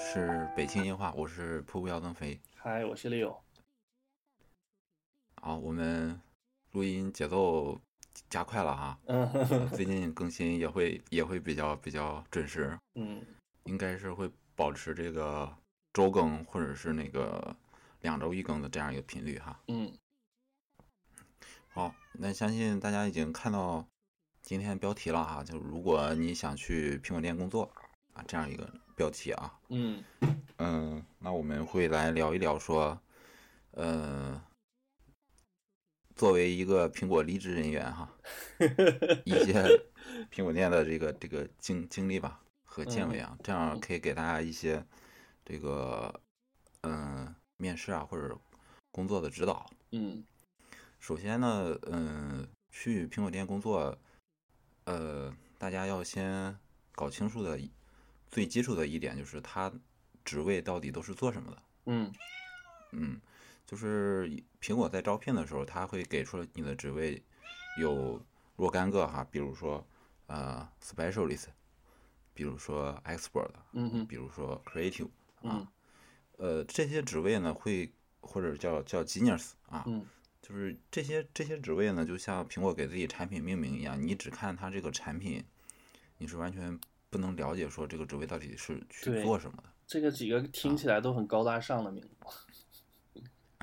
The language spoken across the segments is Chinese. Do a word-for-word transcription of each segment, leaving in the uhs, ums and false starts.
是北京夜话，我是瀑布要登飞。 嗨，我是 Leo。 啊，我们录音节奏加快了哈， 嗯呃，最近更新也会也会比较比较准时， 嗯应该是会保持这个周更或者是那个两周一更的这样一个频率哈。 嗯好，那相信大家已经看到今天标题了哈，就如果你想去苹果店工作啊，这样一个标题啊。 嗯嗯，那我们会来聊一聊说，呃，作为一个苹果离职人员哈，一些苹果店的这个这个经经历吧和见闻啊，这样可以给大家一些这个嗯、呃面试啊或者工作的指导。 嗯首先呢，嗯、去苹果店工作，呃，大家要先搞清楚的最基础的一点就是它职位到底都是做什么的。 嗯嗯，就是苹果在招聘的时候，它会给出你的职位有若干个哈，比如说呃 specialist，比如说 expert， 嗯嗯比如说 creative 嗯啊，呃这些职位呢会或者叫叫 genius 啊， 嗯就是这些这些职位呢，就像苹果给自己产品命名一样，你只看它这个产品，你是完全不能了解说这个职位到底是去对， 做什么的。 这个几个听起来都很高大上的名字。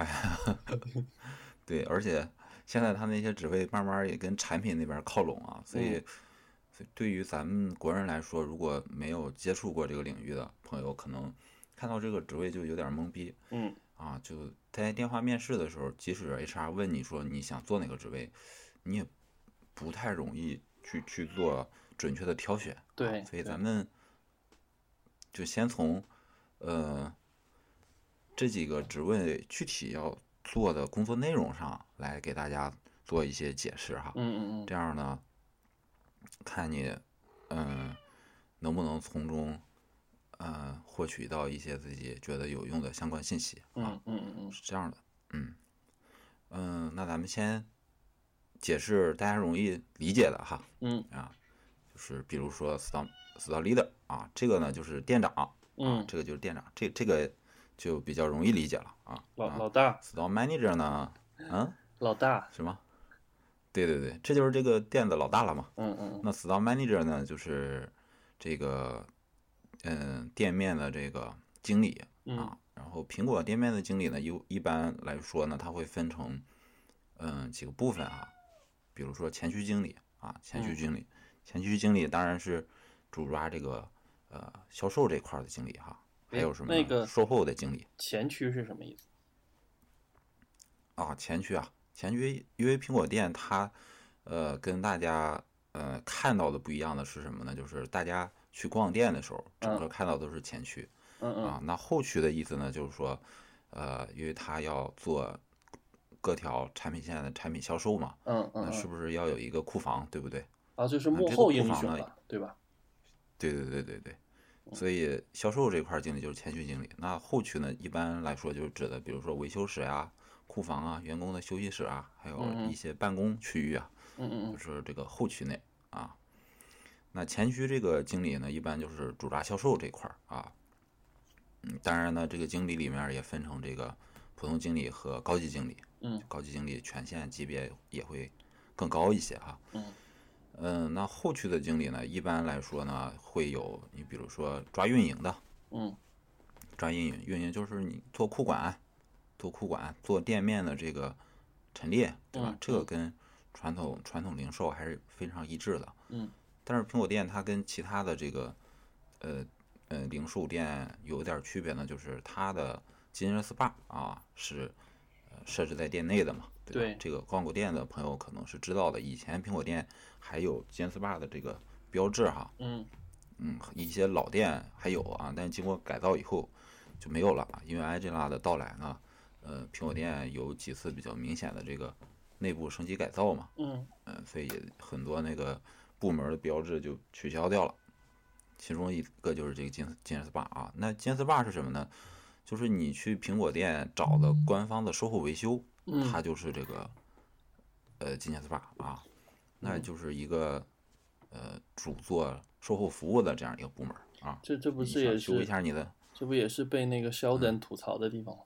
对，而且现在他那些职位慢慢也跟产品那边靠拢啊，所以， 嗯所以对于咱们国人来说，如果没有接触过这个领域的朋友，可能看到这个职位就有点懵逼嗯啊。就在电话面试的时候，即使 H R 问你说你想做哪个职位，你也不太容易去去做准确的挑选啊。 对对所以咱们就先从呃这几个职位具体要做的工作内容上来给大家做一些解释哈。 嗯嗯嗯这样呢，看你嗯能不能从中嗯获取到一些自己觉得有用的相关信息啊。 嗯嗯嗯是这样的。嗯嗯，那咱们先解释大家容易理解的哈。 嗯啊，就是比如说 store store leader 啊，这个呢就是店长啊， 嗯， 这个就是店长，这这个就比较容易理解了啊老啊。 老大 store manager 呢，嗯， 老大。 什么？对对对，这就是这个店的老大了嘛。 嗯嗯那 store manager 呢，就是这个嗯店面的这个经理嗯啊。然后苹果店面的经理呢，一一般来说呢，它会分成嗯几个部分啊，比如说前区经理啊，前区经理，前区经理当然是主抓这个呃销售这块的经理哈，还诶有什么那个呢？售后的经理前驱是什么意思？ 啊，前区啊，前区，因为苹果店它呃跟大家呃看到的不一样的是什么呢？就是大家去逛店的时候，整个看到都是前区嗯嗯啊。那后区的意思呢，就是说呃，因为它要做各条产品线的产品销售嘛， 嗯嗯嗯， 那是不是要有一个库房，对不对？ 啊，就是那这个幕后库房呢， 英雄了，对吧？ 对对对对对，所以销售这块经理就是前区经理。那后区呢，一般来说就是指的，比如说维修室呀、库房啊、员工的休息室啊，还有一些办公区域啊， 嗯嗯就是这个后区内啊。那前区这个经理呢，一般就是主抓销售这块啊。嗯，当然呢，这个经理里面也分成这个普通经理和高级经理。 嗯高级经理权限级别也会更高一些哈。 嗯嗯，那后区的经理呢，一般来说呢，会有你比如说抓运营的， 嗯抓运营，运营就是你做库管，做库管，做店面的这个陈列，对吧？ 嗯这个跟传统传统零售还是非常一致的。 嗯但是苹果店它跟其他的这个呃呃零售店有点区别呢，就是它的金人 S P A 啊是呃设置在店内的嘛，对吧？ 对这个逛过店的朋友可能是知道的，以前苹果店还有金人 S P A 的这个标志哈。 嗯嗯，一些老店还有啊，但经过改造以后就没有了，因为 Angela 的到来呢，呃，苹果店有几次比较明显的这个内部升级改造嘛， 嗯嗯、所以很多那个部门的标志就取消掉了，其中一个就是这个金金 S P A 啊。那金 S P A 是什么呢？就是你去苹果店找的官方的售后维修，它就是这个呃金 S P A 啊，那就是一个呃主做售后服务的这样一个部门啊。 这这不你想修一是也是下你的， 这不也是被那个肖登吐槽的地方吗？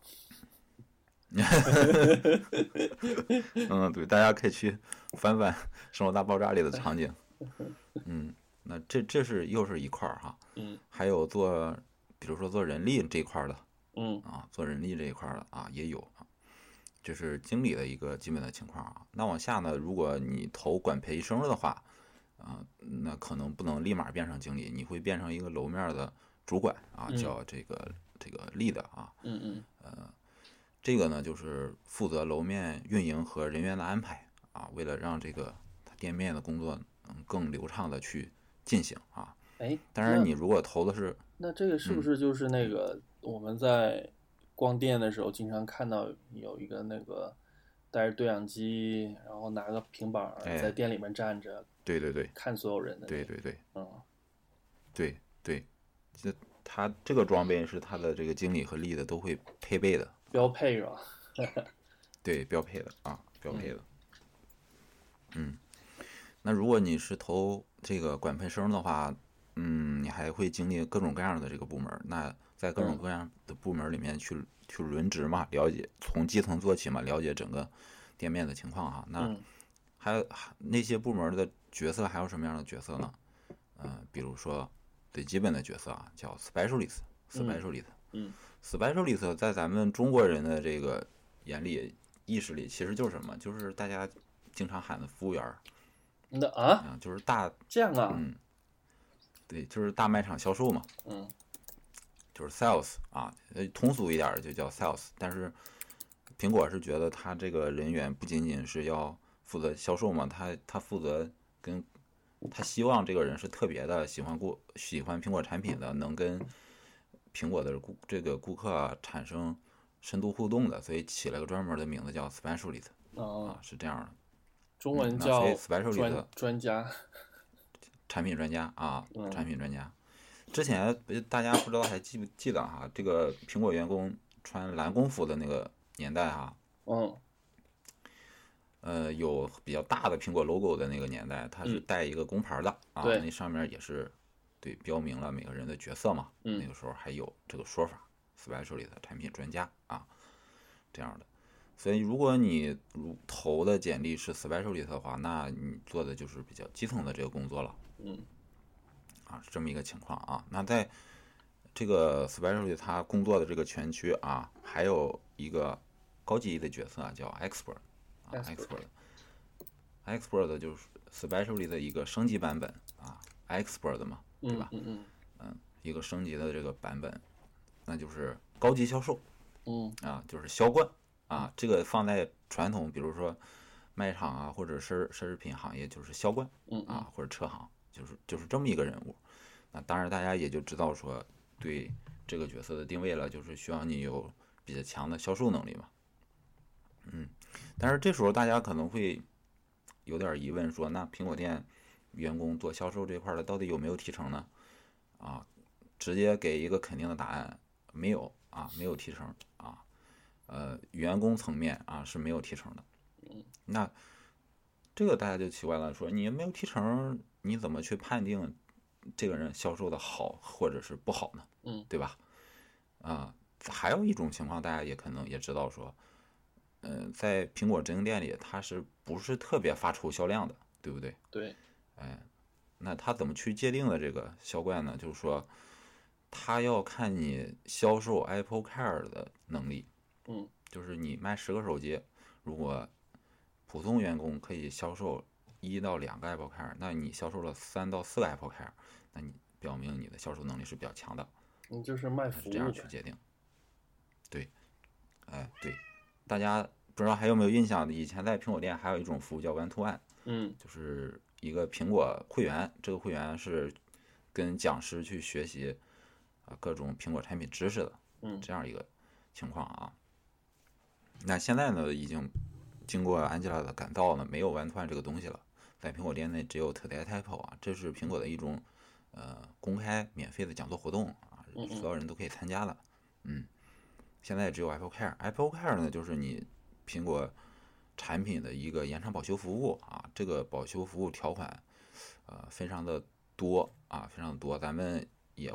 嗯，对，大家可以去翻翻《生活大爆炸》里的场景。嗯，那这这是又是一块儿哈。 嗯， 还有做，比如说做人力这一块的， 嗯啊，做人力这一块的啊也有啊，这是经理的一个基本的情况啊。那往下呢，如果你投管培生的话，啊，那可能不能立马变成经理，你会变成一个楼面的主管啊， 嗯叫这个这个 lead 啊。 嗯嗯呃，这个呢就是负责楼面运营和人员的安排啊，为了让这个店面的工作能更流畅的去进行啊。 哎， 当然，你如果投的是， 那这个是不是就是那个我们在逛店的时候经常看到有一个那个带着对讲机，然后拿个平板儿哎在店里面站着， 对对对看所有人的那个， 对对对嗯对对，这他这个装备是他的这个经理和 lead 都会配备的， 标配是吧？ 对，标配的啊，标配的。嗯，那如果你是投这个管培生的话，嗯，你还会经历各种各样的这个部门，那在各种各样的部门里面去去轮值嘛，了解从基层做起嘛，了解整个店面的情况哈。那嗯还有那些部门的角色还有什么样的角色呢？呃，比如说最基本的角色啊，叫 specialist，specialist， 嗯 specialist 在咱们中国人的这个眼里意识里，其实就是什么？就是大家经常喊的服务员儿那啊啊，就是大这样啊， 嗯，对，就是大卖场销售嘛， 嗯就是 sales 啊，呃，通俗一点儿就叫 sales。但是苹果是觉得他这个人员不仅仅是要负责销售嘛，他他负责跟他希望这个人是特别的喜欢顾喜欢苹果产品的，能跟苹果的顾这个顾客啊产生深度互动的，所以起了个专门的名字叫 specialist 啊啊，，是这样的。 中文嗯那所以叫 specialist 专专家， 产品专家啊， 嗯产品专家。之前呃大家不知道还记不记得哈？这个苹果员工穿蓝工服的那个年代哈， 嗯呃，有比较大的苹果 logo 的那个年代，它是嗯带一个工牌的啊， 对那上面也是对标明了每个人的角色嘛。 嗯那个时候还有这个说法 ，specialist 产品专家啊这样的。所以如果你如投的简历是 specialist 的话，那你做的就是比较基层的这个工作了。 嗯啊，是这么一个情况啊。那在这个 specialty 他工作的这个全区啊，还有一个高级的角色啊，叫 expert 啊 expert ，expert，expert 就是 specialty 的一个升级版本啊，expert 嘛，对吧？ 嗯嗯嗯嗯，一个升级的这个版本，那就是高级销售嗯啊，就是销冠啊。这个放在传统，比如说卖场啊，或者是奢侈品行业，就是销冠嗯啊，或者车行，就是就是这么一个人物。那当然，大家也就知道说，对这个角色的定位了，就是需要你有比较强的销售能力嘛。嗯，但是这时候大家可能会有点疑问，说那苹果店员工做销售这块的到底有没有提成呢？啊，直接给一个肯定的答案，没有啊，没有提成啊。呃，员工层面啊是没有提成的。那这个大家就奇怪了，说你没有提成，你怎么去判定这个人销售的好或者是不好呢？ 嗯， 对吧？啊，还有一种情况，大家也可能也知道说，嗯、在苹果直营店里，它是不是特别发出销量的，对不对？ 对， 哎，那他怎么去界定的这个销冠呢？就是说，他要看你销售 Apple Care 的能力， 嗯就是你卖十个手机，如果普通员工可以销售一到两个 Apple Care，那你销售了三到四个 Apple Care，那你表明你的销售能力是比较强的， 你就是卖是这样服务的， 去界定。对，哎对，大家不知道还有没有印象？以前在苹果店还有一种服务叫 One to One， 嗯就是一个苹果会员，这个会员是跟讲师去学习啊各种苹果产品知识的， 嗯这样一个情况啊。那现在呢，已经经过 Angela 的改造呢，没有 One to One 这个东西了，在苹果店内只有 Today Apple 啊，这是苹果的一种呃公开免费的讲座活动啊，所有人都可以参加的。嗯，现在只有 Apple Care，Apple Care 呢就是你苹果产品的一个延长保修服务啊，这个保修服务条款呃非常的多啊，非常的多，咱们也会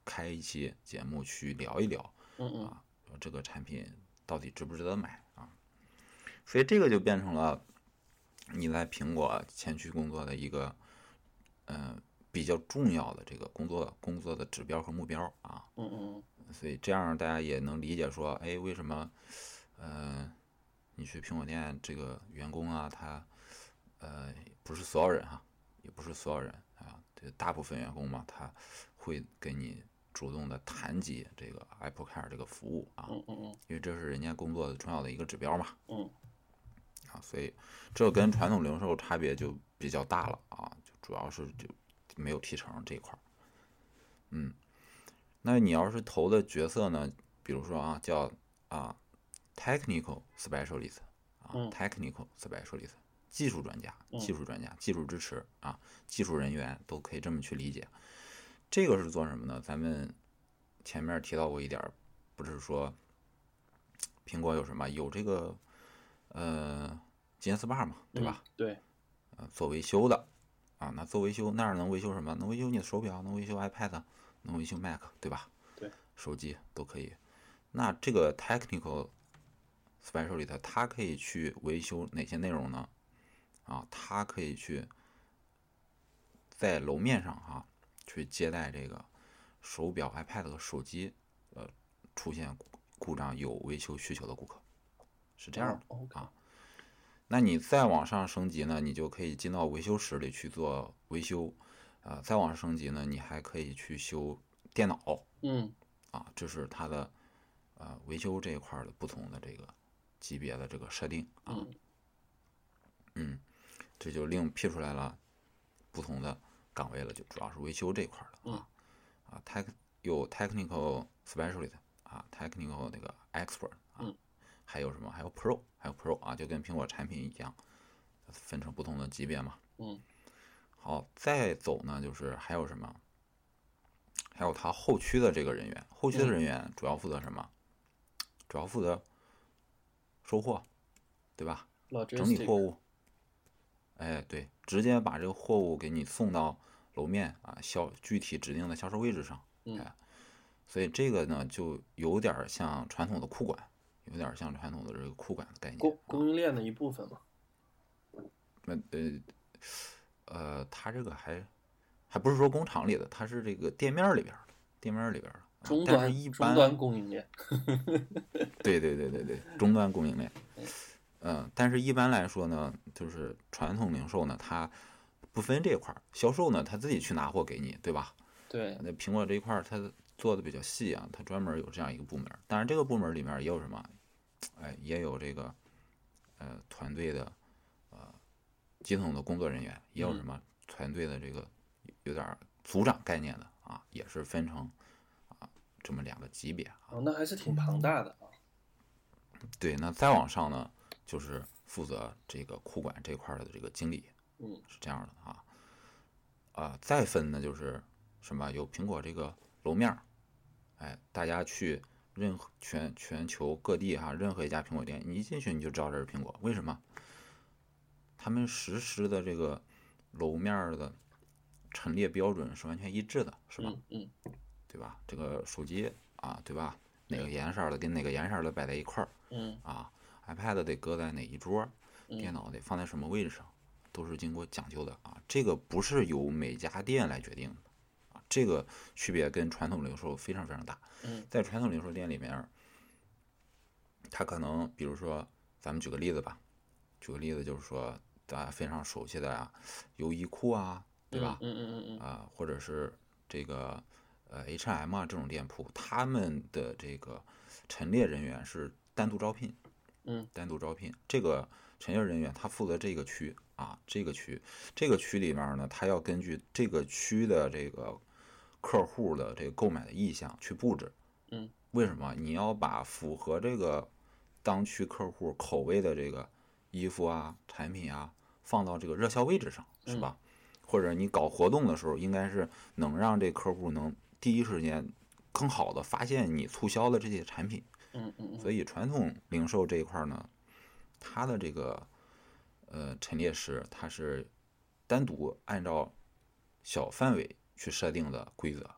开一期节目去聊一聊， 嗯嗯啊，说这个产品到底值不值得买啊？所以这个就变成了你在苹果前驱工作的一个，呃，比较重要的这个工作工作的指标和目标啊。 嗯嗯所以这样大家也能理解说，哎，为什么，呃，你去苹果店这个员工啊，他，呃，不是所有人哈，也不是所有人啊，这大部分员工嘛，他会跟你主动的谈及这个 Apple Care 这个服务啊， 嗯嗯嗯因为这是人家工作的重要的一个指标嘛。 嗯啊，所以这跟传统零售差别就比较大了啊，就主要是就没有提成这一块儿。嗯，那你要是投的角色呢，比如说啊，叫啊 technical specialist 啊、 嗯 technical specialist 技术专家、 嗯技术专家、技术支持啊、技术人员都可以这么去理解。这个是做什么呢？咱们前面提到过一点，不是说苹果有什么有这个呃金丝棒嘛，对吧？ 嗯对， 呃，做维修的啊，那做维修那儿能维修什么？能维修你的手表，能维修 iPad，能维修 Mac，对吧？ 对， 手机都可以。那这个 technical specialist 它可以去维修哪些内容呢？啊，它可以去在楼面上啊，去接待这个手表、iPad 和手机呃出现故障有维修需求的顾客，是这样的、 哦，OK， 啊。那你再往上升级呢，你就可以进到维修室里去做维修，呃，再往上升级呢，你还可以去修电脑嗯啊，这是它的呃维修这一块的不同的这个级别的这个设定啊， 嗯嗯，这就另辟出来了不同的岗位了，就主要是维修这一块的啊，啊，tech 有 technical specialist 啊，technical 那个 expert 啊。 嗯还有什么？还有 Pro， 还有 Pro 啊，就跟苹果产品一样，分成不同的级别嘛。 嗯好，再走呢，就是还有什么？还有它后驱的这个人员，后驱的人员主要负责什么？主要负责收货，对吧？整理货物。哎，对，直接把这个货物给你送到楼面啊，销具体指定的销售位置上。哎，所以这个呢，就有点像传统的库管。有点像传统的这个库管的概念， 供供应链的一部分嘛。 那呃呃，它这个还还不是说工厂里的，它是这个店面里边的，店面里边的。 终端一般终端供应链。 对对对对对，终端供应链。嗯，但是一般来说呢，就是传统零售呢，它不分这块儿，销售呢他自己去拿货给你，对吧？ 对。 那苹果这一块儿它做的比较细啊，它专门有这样一个部门。当然，这个部门里面也有什么？哎，也有这个呃团队的呃基层的工作人员，也有什么团队的这个有点组长概念的啊，也是分成啊这么两个级别啊。 哦，那还是挺庞大的啊。 对，那再往上呢，就是负责这个库管这块的这个经理， 嗯， 是这样的啊。啊，再分呢就是什么？有苹果这个楼面，哎，大家去。任何全全球各地哈、啊，任何一家苹果店，你一进去你就知道这是苹果。为什么？他们实施的这个楼面的陈列标准是完全一致的，是吧？ 嗯嗯， 对吧？这个手机啊，对吧？哪个颜色的跟哪个颜色的摆在一块儿， 嗯啊 ，iPad 得搁在哪一桌， 嗯电脑得放在什么位置上，都是经过讲究的啊。这个不是由每家店来决定的。这个区别跟传统零售非常非常大。在传统零售店里面，它可能比如说，咱们举个例子吧，举个例子就是说，大家非常熟悉的啊，优衣库啊，对吧？ 嗯嗯嗯嗯啊，或者是这个呃 H and M 啊这种店铺，他们的这个陈列人员是单独招聘， 嗯， 单独招聘。这个陈列人员他负责这个区啊，这个区，这个区里面呢，他要根据这个区的这个客户的这个购买的意向去布置。 嗯， 为什么你要把符合这个当区客户口味的这个衣服啊、产品啊放到这个热销位置上，是吧？ 嗯、 或者你搞活动的时候，应该是能让这客户能第一时间更好的发现你促销的这些产品。 嗯嗯。 所以传统零售这一块呢，它的这个呃陈列师，它是单独按照小范围去设定的规则。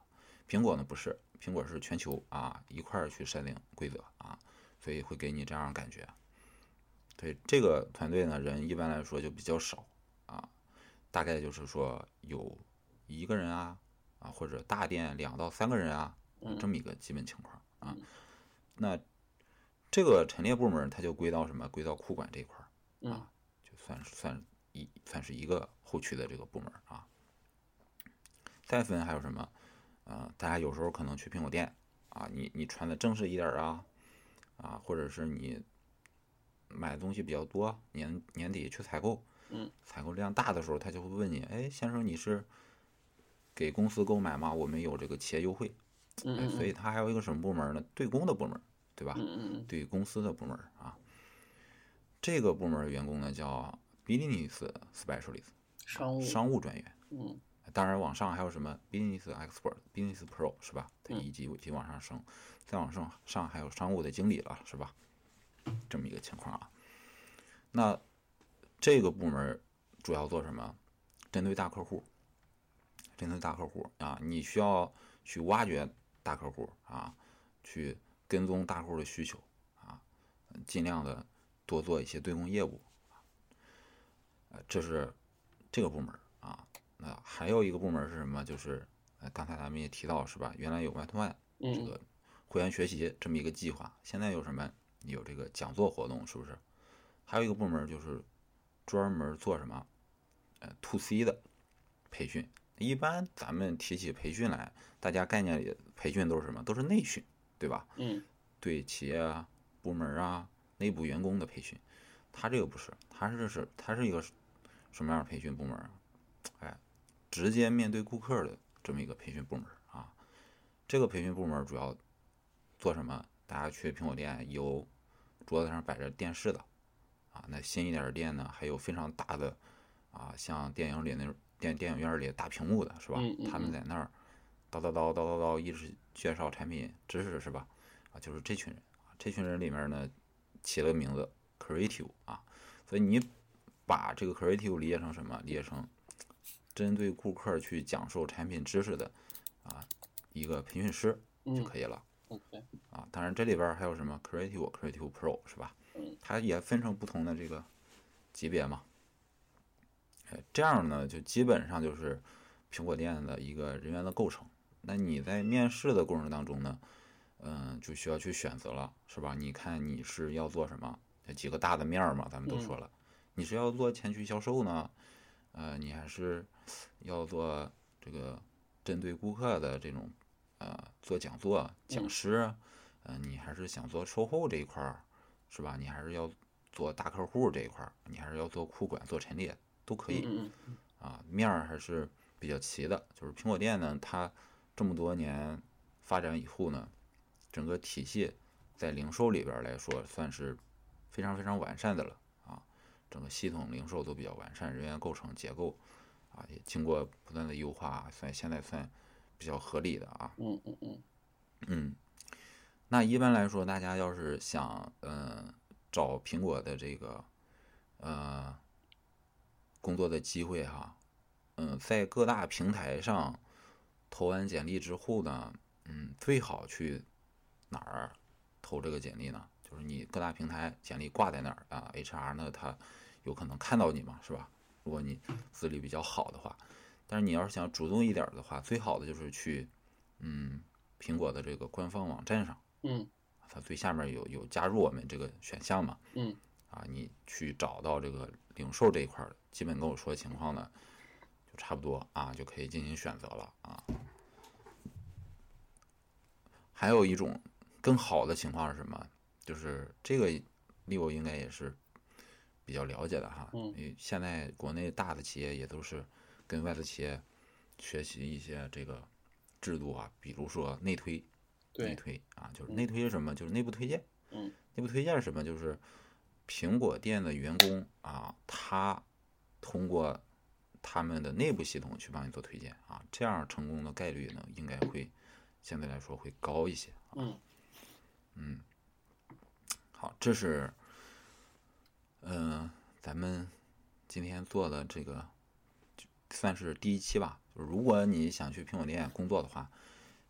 苹果呢不是，苹果是全球啊一块儿去设定规则啊，所以会给你这样的感觉。对，这个团队呢人一般来说就比较少啊，大概就是说有一个人啊啊或者大店两到三个人啊，这么一个基本情况啊。那这个陈列部门它就归到什么？归到库管这一块啊，就算是算一算是一个后驱的这个部门啊。再分还有什么？呃，大家有时候可能去苹果店啊，你你穿的正式一点啊，啊，或者是你买的东西比较多，年年底去采购， 嗯， 采购量大的时候，他就会问你，哎，先生，你是给公司购买吗？我们有这个企业优惠，哎，所以他还有一个什么部门呢？对公的部门，对吧？ 嗯嗯对公司的部门啊，这个部门员工呢叫 business specialist， 商务商务专员， 嗯。 当然，往上还有什么 Business Expert、Business Pro 是吧？它一级一级往上升，再往上上还有商务的经理了，是吧？这么一个情况啊。那这个部门主要做什么？针对大客户，针对大客户啊，你需要去挖掘大客户啊，去跟踪大客户的需求啊，尽量的多做一些对公业务。呃，这是这个部门啊。那还有一个部门是什么？就是呃，刚才咱们也提到是吧？原来有 One to One 这个会员学习这么一个计划，现在有什么？有这个讲座活动，是不是？还有一个部门就是专门做什么？呃 ，to C 的培训。一般咱们提起培训来，大家概念里培训都是什么？都是内训，对吧？ 嗯， 对企业啊、部门啊、内部员工的培训。他这个不是，他是是他是一个什么样的培训部门？哎，直接面对顾客的这么一个培训部门啊。这个培训部门主要做什么？大家去苹果店有桌子上摆着电视的啊，那新一点的店呢，还有非常大的啊，像电影里那电电影院里大屏幕的是吧？ 嗯嗯嗯他们在那儿叨叨叨叨叨叨一直介绍产品知识是吧？啊，就是这群人啊，这群人里面呢起了个名字 creative 啊，所以你把这个 creative 理解成什么？理解成针对顾客去讲授产品知识的啊一个培训师就可以了。 嗯、OK 啊，当然这里边还有什么 creative creative pro 是吧？ 嗯， 它也分成不同的这个级别嘛。哎，这样呢就基本上就是苹果店的一个人员的构成。那你在面试的过程当中呢，嗯，就需要去选择了，是吧？你看你是要做什么？几个大的面儿嘛，咱们都说了，你是要做前驱销售呢，呃，你还是要做这个针对顾客的这种呃做讲座讲师，呃，你还是想做售后这一块儿，是吧？你还是要做大客户这一块儿，你还是要做库管、做陈列都可以，啊，面儿还是比较齐的。就是苹果店呢，它这么多年发展以后呢，整个体系在零售里边来说算是非常非常完善的了啊，整个系统零售都比较完善，人员构成结构啊也经过不断的优化，算现在算比较合理的啊。 嗯嗯嗯嗯，那一般来说，大家要是想呃找苹果的这个呃工作的机会哈，嗯，在各大平台上投完简历之后呢，嗯，最好去哪儿投这个简历呢？就是你各大平台简历挂在那儿啊 ，H R 呢他有可能看到你嘛，是吧？如果你资历比较好的话，但是你要是想主动一点的话，最好的就是去嗯苹果的这个官方网站上， 嗯， 它最下面有有加入我们这个选项嘛， 嗯啊，你去找到这个零售这一块的，基本跟我说的情况呢，就差不多啊，就可以进行选择了啊。还有一种更好的情况是什么？就是这个利我应该也是比较了解的哈，因为现在国内大的企业也都是跟外资企业学习一些这个制度啊，比如说内推，内推啊，就是内推是什么？就是内部推荐。 嗯， 内部推荐是什么？就是苹果店的员工啊，他通过他们的内部系统去帮你做推荐啊，这样成功的概率呢，应该会相对来说会高一些。 嗯嗯，好，这是嗯、呃、咱们今天做的这个算是第一期吧。就是如果你想去苹果店工作的话，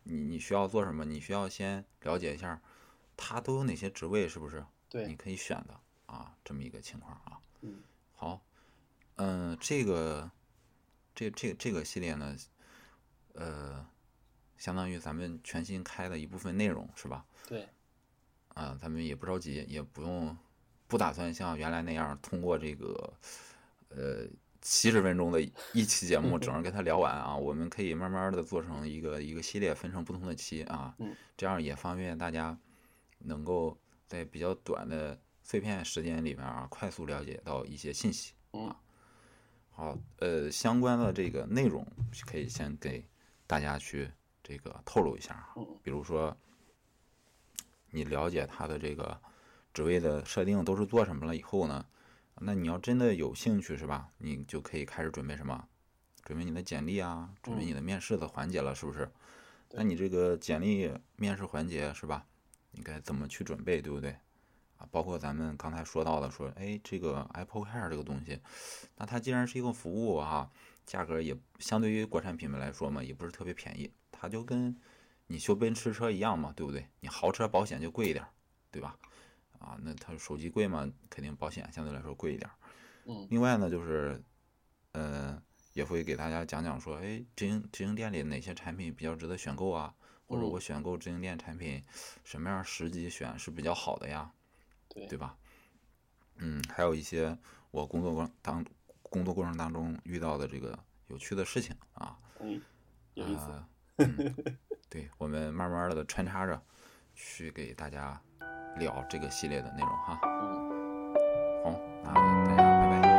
你你需要做什么，你需要先了解一下他都有哪些职位，是不是？ 对， 你可以选的啊，这么一个情况啊。 嗯， 好，嗯、呃，这个这这这个系列呢，呃，相当于咱们全新开的一部分内容，是吧？ 对。 啊，咱们也不着急，也不用，不打算像原来那样通过这个，呃，七十分钟的一期节目，整个给它聊完啊。我们可以慢慢的做成一个一个系列，分成不同的期啊，这样也方便大家能够在比较短的碎片时间里面啊，快速了解到一些信息啊。好，呃，相关的这个内容可以先给大家去这个透露一下啊，比如说。你了解他的这个职位的设定都是做什么了以后呢，那你要真的有兴趣是吧？你就可以开始准备什么？准备你的简历啊，准备你的面试的环节了，是不是？那你这个简历面试环节是吧？你该怎么去准备，对不对？啊，包括咱们刚才说到的说，哎，这个 Apple Care 这个东西，那它既然是一个服务啊，价格也相对于国产品牌来说嘛，也不是特别便宜，它就跟你修奔驰车一样嘛，对不对？你豪车保险就贵一点，对吧？啊，那它手机贵嘛，肯定保险相对来说贵一点。 嗯。 另外呢，就是，呃，也会给大家讲讲说，哎，直营直营店里哪些产品比较值得选购啊？或者我选购直营店产品，什么样时机选是比较好的呀？ 对， 对吧？嗯，还有一些我工作过当工作过程当中遇到的这个有趣的事情啊。 嗯，有意思。 呃嗯对，我们慢慢的穿插着去给大家聊这个系列的内容哈。 嗯， 好，那大家拜拜。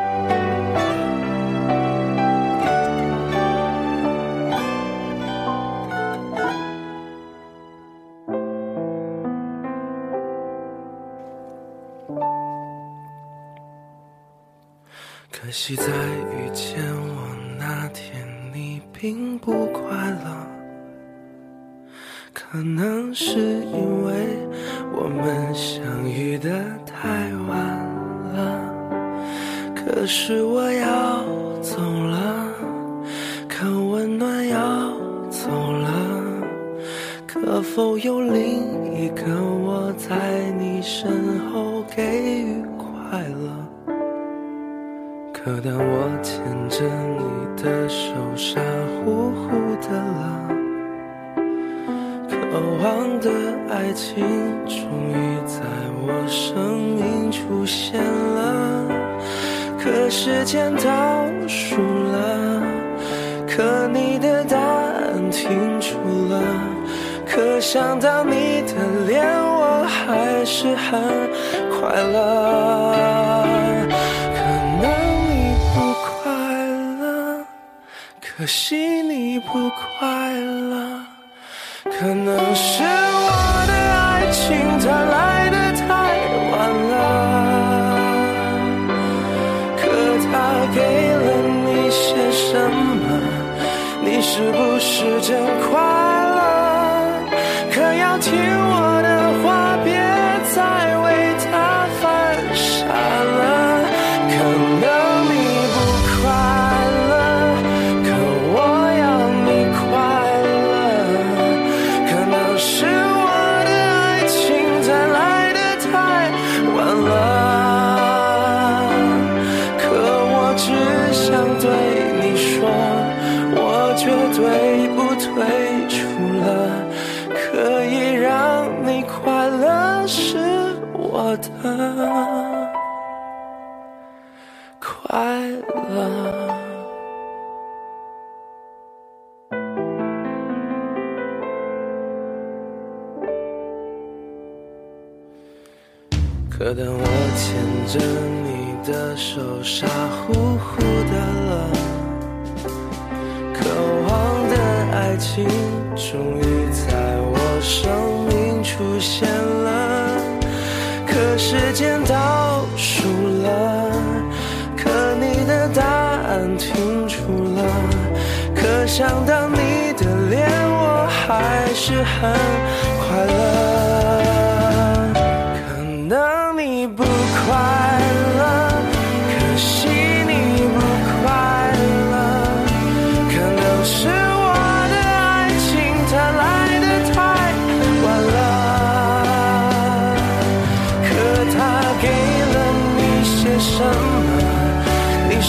可惜在遇见我那天，你并不快乐。可能是因为我们相遇的太晚了，可是我要走了，可温暖要走了，可否有另一个我在你身后给予快乐？可当我牵着你的手傻乎乎的了，渴望的爱情终于在我生命出现了，可时间倒数了，可你的答案停住了，可想到你的脸我还是很快乐。可能你不快乐，可惜你不快乐，可能是我的爱情它来得太晚了，可它给了你些什么？你是不是真快乐？可要听我的话，别再为它犯傻了。可能你不快乐，可我要你快乐。可能是我的爱情才来得太晚了，可我只想对你说，我绝对不退出了，可以让你快乐是我的快乐。可当我牵着你的手傻乎乎的了，渴望的爱情终于在我生命出现了，可时间倒数了，可你的答案停住了，可想到你的脸我还是很快乐。可能你不快乐，可惜你不快乐，可能是我的爱情它来得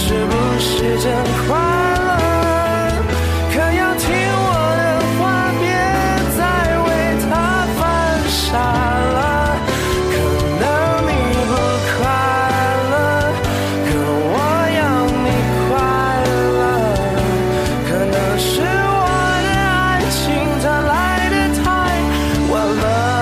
是不是真快乐？可要听我的话，别再为他犯傻了。可能你不快乐，可我要你快乐。可能是我的爱情它来得太晚了，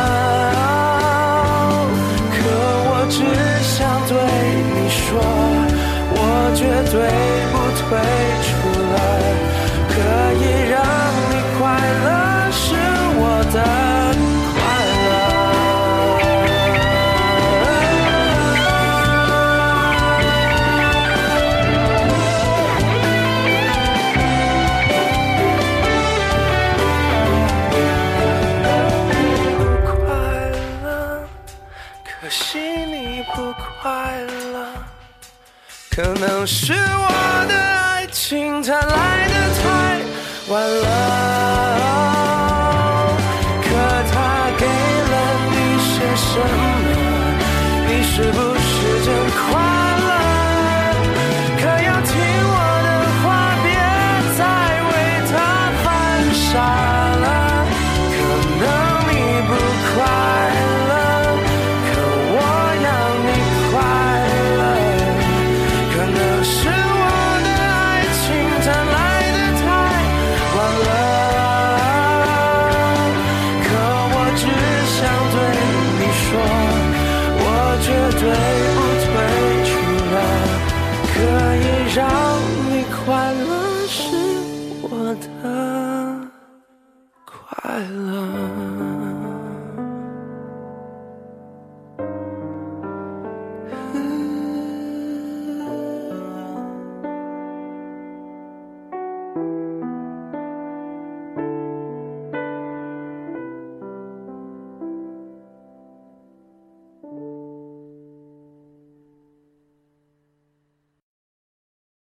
可我只想对你说，我绝对不退出了。可以让你快乐是我的快乐。不快乐，可惜你不快乐。可能是我的爱情它来得太晚了，可它给了你些什么？你是不是真快乐？可要听我的话，别再为它犯傻了。可能你不快乐，可我要你快乐。可能是我的爱情它来得太晚了，可我只想对你说，我绝对不退出了。可以让你快乐是我的快乐。